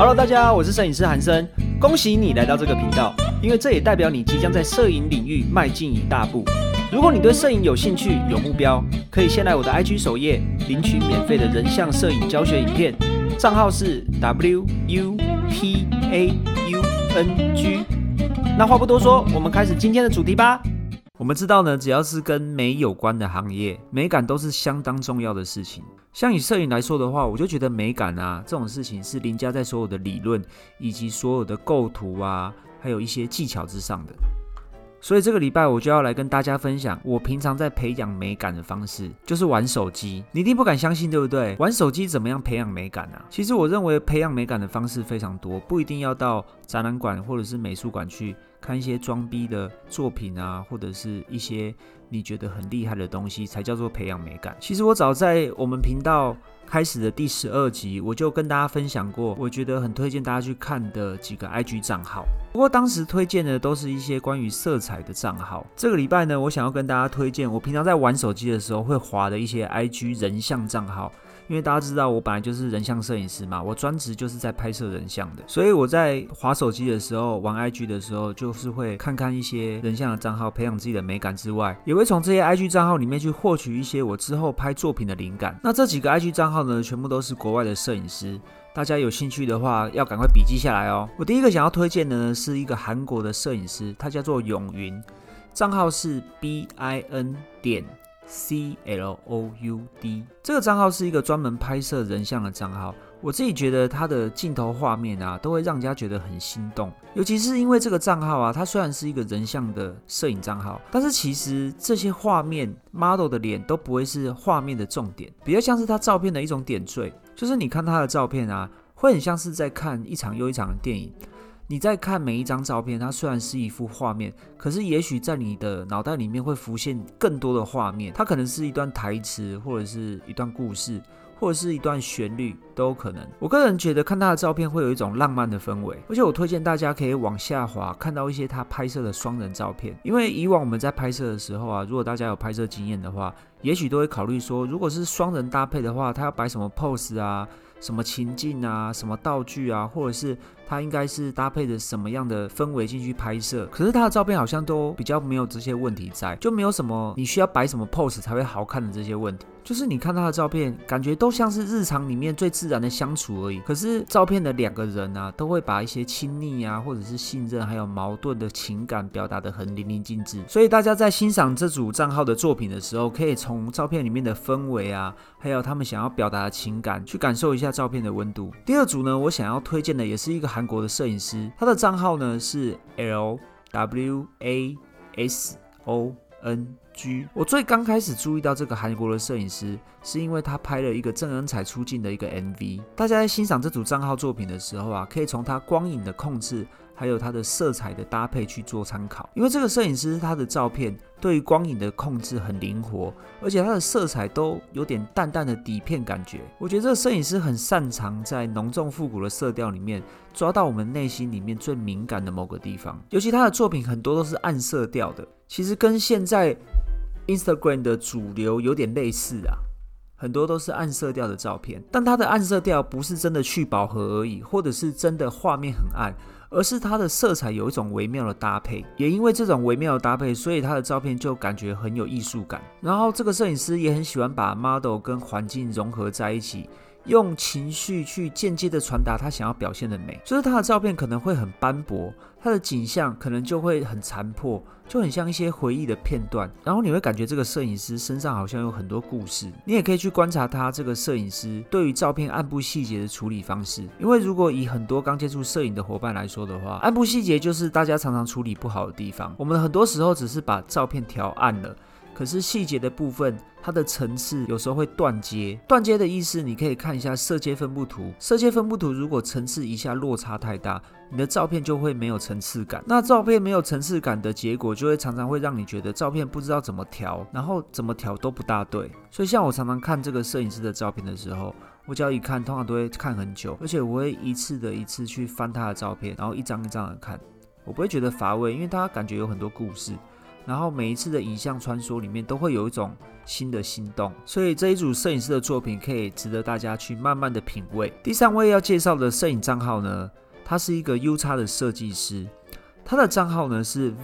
Hello， 大家好，我是摄影师韩森，恭喜你来到这个频道，因为这也代表你即将在摄影领域迈进一大步。如果你对摄影有兴趣、有目标，可以先来我的 IG 首页领取免费的人像摄影教学影片，账号是 WUPAUNG。那话不多说，我们开始今天的主题吧。我们知道呢，只要是跟美有关的行业，美感都是相当重要的事情。像以摄影来说的话，我就觉得美感啊这种事情是凌驾在所有的理论以及所有的构图啊，还有一些技巧之上的。所以这个礼拜我就要来跟大家分享我平常在培养美感的方式，就是玩手机。你一定不敢相信，对不对？玩手机怎么样培养美感啊？其实我认为培养美感的方式非常多，不一定要到展览馆或者是美术馆去看一些装逼的作品啊，或者是一些你觉得很厉害的东西才叫做培养美感。其实我早在我们频道开始的第12集，我就跟大家分享过，我觉得很推荐大家去看的几个 IG 账号。不过当时推荐的都是一些关于色彩的账号。这个礼拜呢，我想要跟大家推荐我平常在玩手机的时候会滑的一些 IG 人像账号。因为大家知道我本来就是人像摄影师嘛，我专职就是在拍摄人像的，所以我在滑手机的时候玩 IG 的时候，就是会看看一些人像的账号，培养自己的美感之外，也会从这些 IG 账号里面去获取一些我之后拍作品的灵感。那这几个 IG 账号呢，全部都是国外的摄影师，大家有兴趣的话要赶快笔记下来哦。我第一个想要推荐的呢，是一个韩国的摄影师，他叫做永云，账号是 BIN.CLOUD。这个账号是一个专门拍摄人像的账号，我自己觉得他的镜头画面啊，都会让人家觉得很心动。尤其是因为这个账号啊，它虽然是一个人像的摄影账号，但是其实这些画面 model 的脸都不会是画面的重点，比较像是他照片的一种点缀。就是你看他的照片啊，会很像是在看一场又一场的电影。你在看每一张照片，它虽然是一幅画面，可是也许在你的脑袋里面会浮现更多的画面，它可能是一段台词，或者是一段故事，或者是一段旋律都有可能。我个人觉得看他的照片会有一种浪漫的氛围，而且我推荐大家可以往下滑，看到一些他拍摄的双人照片。因为以往我们在拍摄的时候啊，如果大家有拍摄经验的话，也许都会考虑说，如果是双人搭配的话，他要摆什么 pose 啊，什么情境啊，什么道具啊，或者是他应该是搭配着什么样的氛围进去拍摄。可是他的照片好像都比较没有这些问题在，就没有什么你需要摆什么 pose 才会好看的这些问题。就是你看他的照片，感觉都像是日常里面最自然的相处而已。可是照片的两个人啊，都会把一些亲昵啊，或者是信任，还有矛盾的情感表达得很淋漓尽致。所以大家在欣赏这组账号的作品的时候，可以从照片里面的氛围啊，还有他们想要表达的情感，去感受一下照片的温度。第二组呢，我想要推荐的也是一个韩国的摄影师，他的账号呢是 LWASONG。我最刚开始注意到这个韩国的摄影师，是因为他拍了一个郑恩彩出镜的一个 MV。大家在欣赏这组账号作品的时候啊，可以从他光影的控制，还有他的色彩的搭配去做参考。因为这个摄影师他的照片对于光影的控制很灵活，而且他的色彩都有点淡淡的底片感觉。我觉得这个摄影师很擅长在浓重复古的色调里面抓到我们内心里面最敏感的某个地方。尤其他的作品很多都是暗色调的，其实跟现在Instagram 的主流有点类似啊，很多都是暗色调的照片，但它的暗色调不是真的去饱和而已，或者是真的画面很暗，而是它的色彩有一种微妙的搭配。也因为这种微妙的搭配，所以它的照片就感觉很有艺术感。然后这个摄影师也很喜欢把 model 跟环境融合在一起，用情绪去间接的传达他想要表现的美。就是他的照片可能会很斑驳，他的景象可能就会很残破，就很像一些回忆的片段。然后你会感觉这个摄影师身上好像有很多故事。你也可以去观察他这个摄影师对于照片暗部细节的处理方式。因为如果以很多刚接触摄影的伙伴来说的话，暗部细节就是大家常常处理不好的地方。我们很多时候只是把照片调暗了，可是细节的部分，它的层次有时候会断接。断接的意思，你可以看一下色阶分布图。色阶分布图如果层次一下落差太大，你的照片就会没有层次感。那照片没有层次感的结果，就会常常会让你觉得照片不知道怎么调，然后怎么调都不大对。所以像我常常看这个摄影师的照片的时候，我只要一看，通常都会看很久，而且我会一次去翻他的照片，然后一张一张的看。我不会觉得乏味，因为他感觉有很多故事。 然后每一次的影像穿梭里面都会有一种新的心动，所以这一组摄影师的作品可以值得大家去慢慢的品味。第3位要介绍的摄影账号呢，他是一个 UX 的设计师，他的账号呢是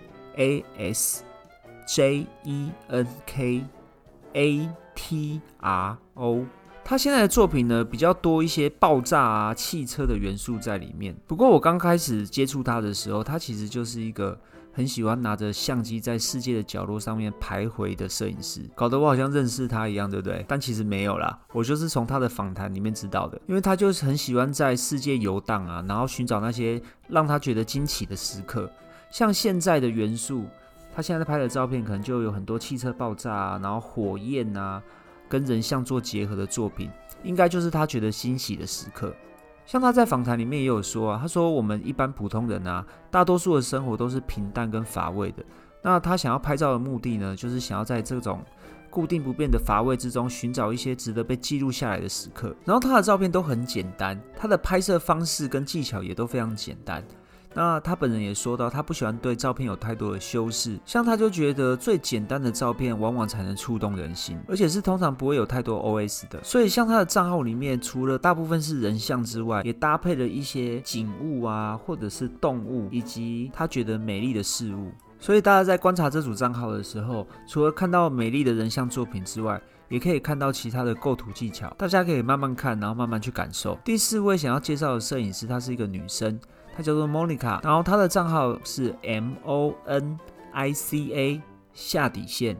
VASJENKATRO。他现在的作品呢比较多一些爆炸啊、汽车的元素在里面。不过我刚开始接触他的时候，他其实就是一个很喜欢拿着相机在世界的角落上面徘徊的摄影师，搞得我好像认识他一样，对不对？但其实没有啦，我就是从他的访谈里面知道的，因为他就是很喜欢在世界游荡啊，然后寻找那些让他觉得惊奇的时刻，像现在的元素，他现在拍的照片可能就有很多汽车爆炸啊，然后火焰啊，跟人像做结合的作品，应该就是他觉得欣喜的时刻。像他在访谈里面也有说啊，他说我们一般普通人啊，大多数的生活都是平淡跟乏味的。那他想要拍照的目的呢，就是想要在这种固定不变的乏味之中，寻找一些值得被记录下来的时刻。然后他的照片都很简单，他的拍摄方式跟技巧也都非常简单。那他本人也说到，他不喜欢对照片有太多的修饰，像他就觉得最简单的照片往往才能触动人心，而且是通常不会有太多 OS 的。所以像他的账号里面，除了大部分是人像之外，也搭配了一些景物啊，或者是动物，以及他觉得美丽的事物。所以大家在观察这组账号的时候，除了看到美丽的人像作品之外，也可以看到其他的构图技巧，大家可以慢慢看，然后慢慢去感受。第4位想要介绍的摄影师，她是一个女生，她叫做 Monica， 然后她的账号是 MONICA 下底线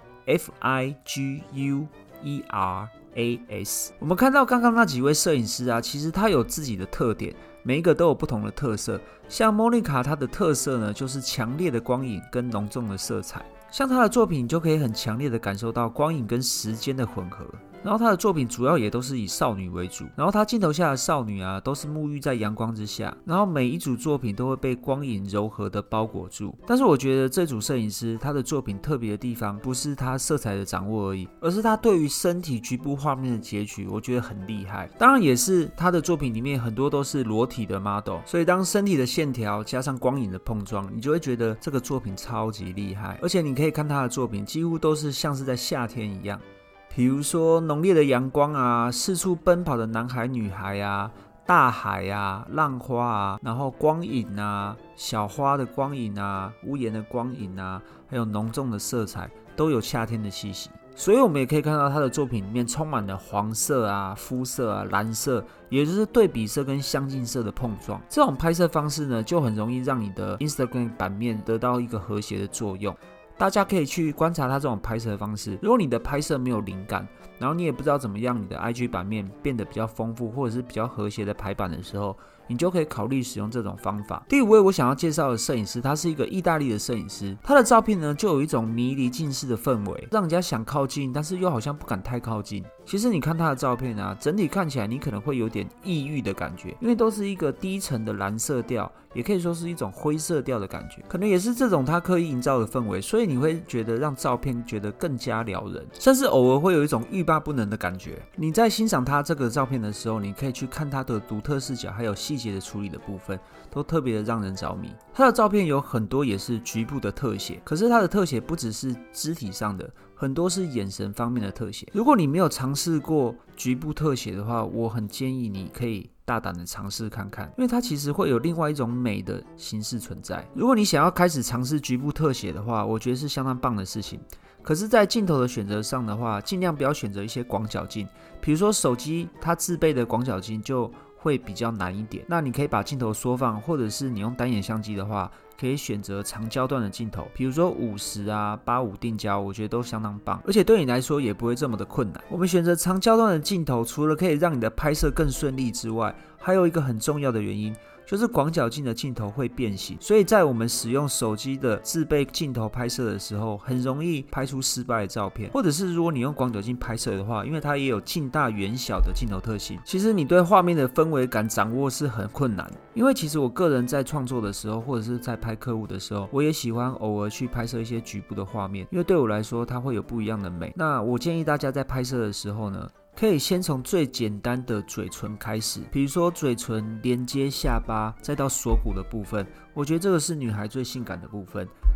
FIGUERAS。我们看到刚刚那几位摄影师啊，其实他有自己的特点，每一个都有不同的特色。像 Monica 她的特色呢，就是强烈的光影跟浓重的色彩。像她的作品，你就可以很强烈的感受到光影跟时间的混合。然后她的作品主要也都是以少女为主，然后她镜头下的少女啊，都是沐浴在阳光之下，然后每一组作品都会被光影柔和的包裹住。但是我觉得这组摄影师他的作品特别的地方，不是他色彩的掌握而已，而是他对于身体局部画面的截取，我觉得很厉害。当然也是他的作品里面很多都是裸体的 model， 所以当身体的线条加上光影的碰撞，你就会觉得这个作品超级厉害。而且你可以看他的作品，几乎都是像是在夏天一样。比如说浓烈的阳光啊，四处奔跑的男孩女孩啊，大海啊，浪花啊，然后光影啊，小花的光影啊，屋檐的光影啊，还有浓重的色彩，都有夏天的气息。所以我们也可以看到他的作品里面充满了黄色啊、肤色啊、蓝色，也就是对比色跟相近色的碰撞。这种拍摄方式呢，就很容易让你的 Instagram 版面得到一个和谐的作用。大家可以去观察他这种拍摄方式。如果你的拍摄没有灵感，然后你也不知道怎么样你的 IG 版面变得比较丰富，或者是比较和谐的排版的时候，你就可以考虑使用这种方法。第5位我想要介绍的摄影师，他是一个意大利的摄影师，他的照片呢就有一种迷离近视的氛围，让人家想靠近，但是又好像不敢太靠近。其实你看他的照片啊，整体看起来你可能会有点抑郁的感觉，因为都是一个低沉的蓝色调，也可以说是一种灰色调的感觉，可能也是这种他刻意营造的氛围，所以你会觉得让照片觉得更加撩人，甚至偶尔会有一种欲罢不能的感觉。你在欣赏他这个照片的时候，你可以去看他的独特视角，还有细节的处理的部分，都特别的让人着迷。他的照片有很多也是局部的特写，可是他的特写不只是肢体上的，很多是眼神方面的特写。如果你没有尝试过局部特写的话，我很建议你可以大胆的尝试看看，因为它其实会有另外一种美的形式存在。如果你想要开始尝试局部特写的话，我觉得是相当棒的事情。可是在镜头的选择上的话，尽量不要选择一些广角镜，比如说手机它自备的广角镜就会比较难一点。那你可以把镜头缩放，或者是你用单眼相机的话，可以选择长焦段的镜头，比如说50啊、85定焦，我觉得都相当棒，而且对你来说也不会这么的困难。我们选择长焦段的镜头，除了可以让你的拍摄更顺利之外，还有一个很重要的原因，就是广角镜的镜头会变形，所以在我们使用手机的自备镜头拍摄的时候，很容易拍出失败的照片。或者是如果你用广角镜拍摄的话，因为它也有近大远小的镜头特性，其实你对画面的氛围感掌握是很困难。因为其实我个人在创作的时候，或者是在拍客户的时候，我也喜欢偶尔去拍摄一些局部的画面，因为对我来说它会有不一样的美。那我建议大家在拍摄的时候呢，可以先从最简单的嘴唇开始，比如说嘴唇连接下巴，再到锁骨的部分，我觉得这个是女孩最性感的部分。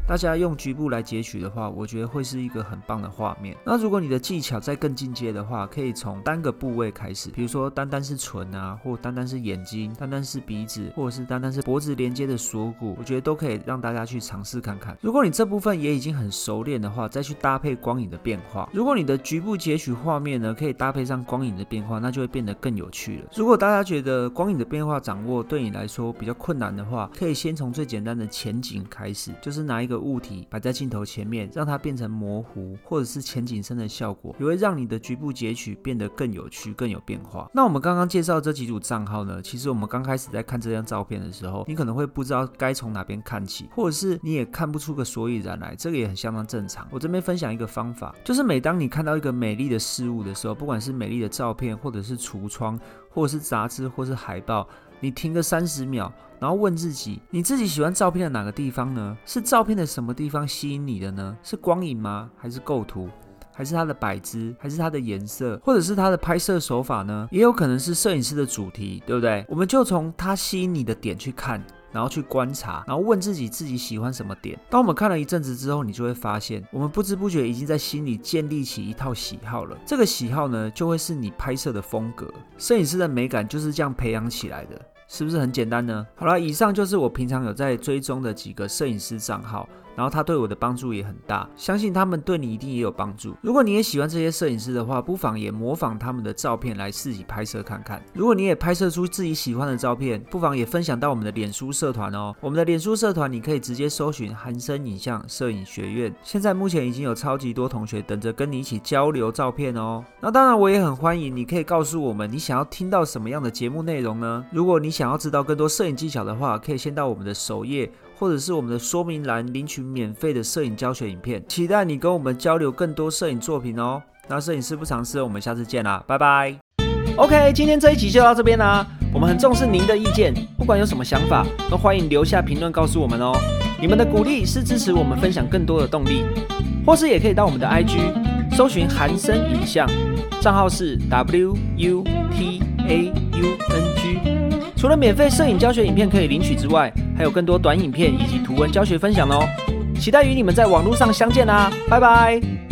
大家用局部来截取的话，我觉得会是一个很棒的画面。那如果你的技巧再更进阶的话，可以从单个部位开始，比如说单单是唇啊，或单单是眼睛，单单是鼻子，或者是单单是脖子连接的锁骨，我觉得都可以让大家去尝试看看。如果你这部分也已经很熟练的话，再去搭配光影的变化。如果你的局部截取画面呢，可以搭配上光影的变化，那就会变得更有趣了。如果大家觉得光影的变化掌握对你来说比较困难的话，可以先从最简单的前景开始，就是拿一个物体摆在镜头前面，让它变成模糊或者是前景深的效果，也会让你的局部截取变得更有趣更有变化。那我们刚刚介绍这几组账号呢，其实我们刚开始在看这张照片的时候，你可能会不知道该从哪边看起，或者是你也看不出个所以然来，这个也很相当正常。我这边分享一个方法，就是每当你看到一个美丽的事物的时候，不管是美丽的照片，或者是橱窗，或者是杂志，或是海报，你停个30秒，然后问自己，你自己喜欢照片的哪个地方呢？是照片的什么地方吸引你的呢？是光影吗？还是构图？还是它的摆姿？还是它的颜色？或者是它的拍摄手法呢？也有可能是摄影师的主题，对不对？我们就从它吸引你的点去看，然后去观察，然后问自己喜欢什么点。当我们看了一阵子之后，你就会发现，我们不知不觉已经在心里建立起一套喜好了。这个喜好呢，就会是你拍摄的风格。摄影师的美感就是这样培养起来的。是不是很简单呢？好了，以上就是我平常有在追踪的几个摄影师账号，然后他对我的帮助也很大，相信他们对你一定也有帮助。如果你也喜欢这些摄影师的话，不妨也模仿他们的照片来自己拍摄看看。如果你也拍摄出自己喜欢的照片，不妨也分享到我们的脸书社团哦。我们的脸书社团你可以直接搜寻韩生影像摄影学院，现在目前已经有超级多同学等着跟你一起交流照片哦。那当然我也很欢迎你可以告诉我们你想要听到什么样的节目内容呢？如果你想要知道更多摄影技巧的话，可以先到我们的首页或者是我们的说明栏领取免费的摄影教学影片，期待你跟我们交流更多摄影作品哦。那摄影师不藏私，我们下次见啦，拜拜。OK， 今天这一集就到这边啦。我们很重视您的意见，不管有什么想法，都欢迎留下评论告诉我们哦。你们的鼓励是支持我们分享更多的动力，或是也可以到我们的 IG 搜寻韩生影像，账号是 WUTAUNG。除了免费摄影教学影片可以领取之外，还有更多短影片以及图文教学分享哦。期待与你们在网络上相见啦，拜拜。